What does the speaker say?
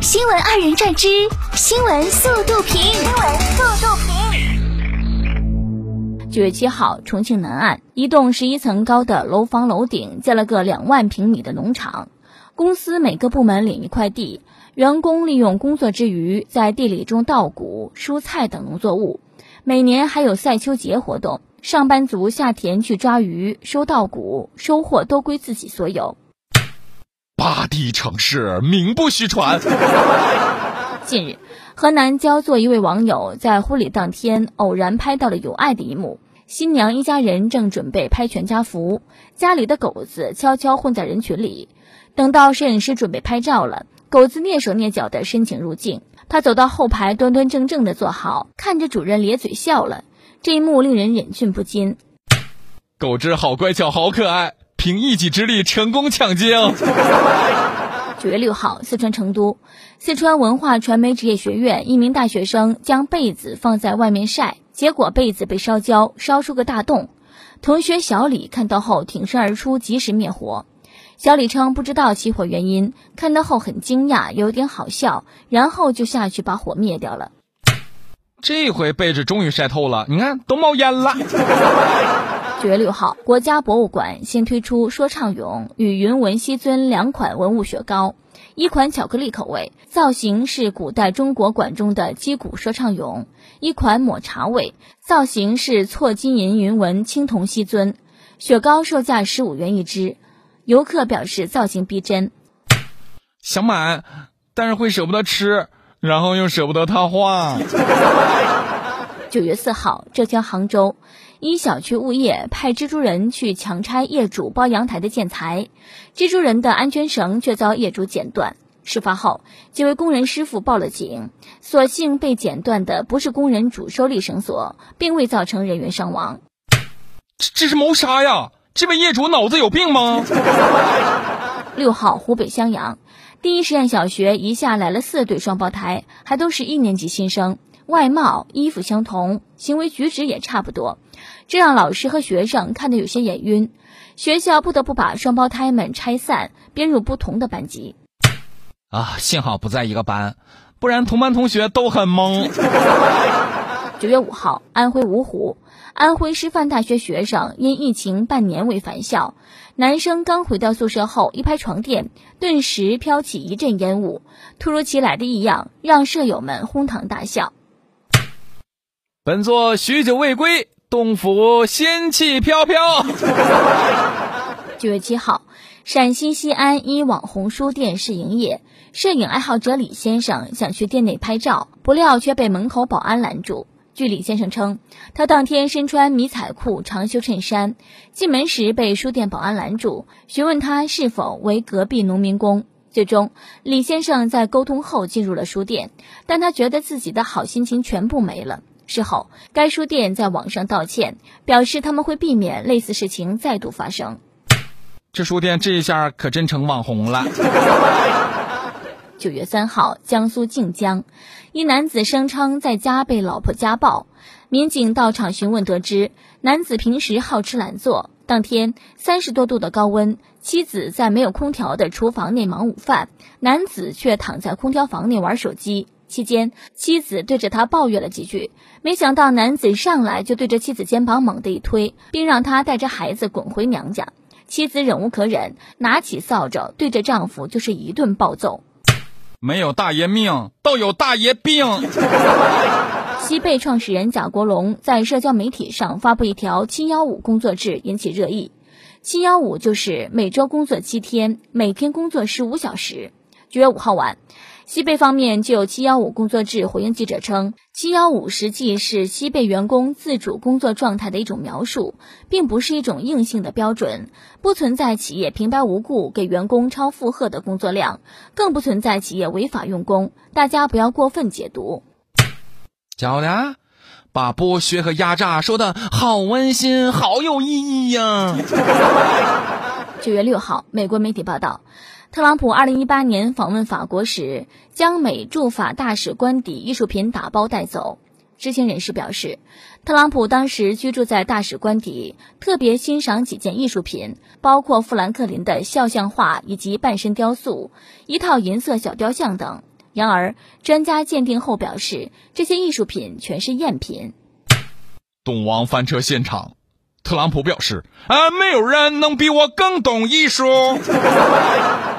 新闻二人转之新闻速度评。 9月7号，重庆南岸，一栋11层高的楼房楼顶建了个2万平米的农场，公司每个部门领一块地，员工利用工作之余在地里种稻谷、蔬菜等农作物，每年还有赛秋节活动，上班族下田去抓鱼、收稻谷，收获都归自己所有。 八地城市名不虚传。 近日，河南焦作一位网友在婚礼当天偶然拍到了有爱的一幕，新娘一家人正准备拍全家福，家里的狗子悄悄混在人群里。等到摄影师准备拍照了，狗子蹑手蹑脚地申请入镜，他走到后排端端正正地坐好，看着主人咧嘴笑了。这一幕令人忍俊不禁。 狗只好乖巧好可爱，凭一己之力成功抢镜。 9月6号，四川成都，四川文化传媒职业学院一名大学生将被子放在外面晒，结果被子被烧焦，烧出个大洞。同学小李看到后挺身而出，及时灭火。小李称不知道起火原因，看到后很惊讶，有点好笑，然后就下去把火灭掉了。 这回被子终于晒透了，你看都冒烟了。 9月6号，国家博物馆新推出说唱俑与云纹西尊2款文物雪糕，一款巧克力口味，造型是古代中国馆中的击鼓说唱俑；一款抹茶味，造型是错金银云纹青铜西尊。雪糕售价15元一支，游客表示造型逼真， 想买，但是会舍不得吃，然后又舍不得他花。 9月4号，浙江杭州，一小区物业派蜘蛛人去强拆业主包阳台的建材，蜘蛛人的安全绳却遭业主剪断。事发后，几位工人师傅报了警，所幸被剪断的不是工人主收力绳索，并未造成人员伤亡。 这是谋杀呀！这位业主脑子有病吗 ？6号，湖北襄阳，第一实验小学一下来了4对双胞胎，还都是1年级新生，外貌、衣服相同，行为举止也差不多，这让老师和学生看得有些眼晕。学校不得不把双胞胎们拆散，编入不同的班级。 幸好不在一个班，不然同班同学都很懵。 9月5号，安徽芜湖，安徽师范大学学生因疫情半年未返校，男生刚回到宿舍后一拍床垫，顿时飘起一阵烟雾，突如其来的异样让舍友们哄堂大笑。 本座许久未归，洞府仙气飘飘。 9月7号，陕西西安一网红书店试营业，摄影爱好者李先生想去店内拍照，不料却被门口保安拦住。据李先生称，他当天身穿迷彩裤、长袖衬衫，进门时被书店保安拦住，询问他是否为隔壁农民工。最终，李先生在沟通后进入了书店，但他觉得自己的好心情全部没了。事后，该书店在网上道歉，表示他们会避免类似事情再度发生。 这书店这一下可真成网红了。 9月3号，江苏靖江，一男子声称在家被老婆家暴，民警到场询问得知，男子平时好吃懒做，当天30多度的高温，妻子在没有空调的厨房内忙午饭，男子却躺在空调房内玩手机。期间，妻子对着他抱怨了几句，没想到男子上来就对着妻子肩膀猛地一推，并让他带着孩子滚回娘家。妻子忍无可忍，拿起扫帚对着丈夫就是一顿暴揍。 没有大爷命，倒有大爷病。 西贝创始人贾国龙在社交媒体上发布一条715工作制，引起热议。715就是每周工作7天，每天工作15小时。9月5号晚，西贝方面就715工作制回应记者称，715实际是西贝员工自主工作状态的一种描述，并不是一种硬性的标准，不存在企业平白无故给员工超负荷的工作量，更不存在企业违法用工，大家不要过分解读。 巧的，把剥削和压榨说的好温馨，好有意义呀。 9月6号，美国媒体报道，特朗普2018年访问法国时，将美驻法大使官邸艺术品打包带走。知情人士表示，特朗普当时居住在大使官邸，特别欣赏几件艺术品，包括富兰克林的肖像画以及半身雕塑，一套银色小雕像等。 然而，专家鉴定后表示，这些艺术品全是赝品。 懂王翻车现场，特朗普表示：没有人能比我更懂艺术。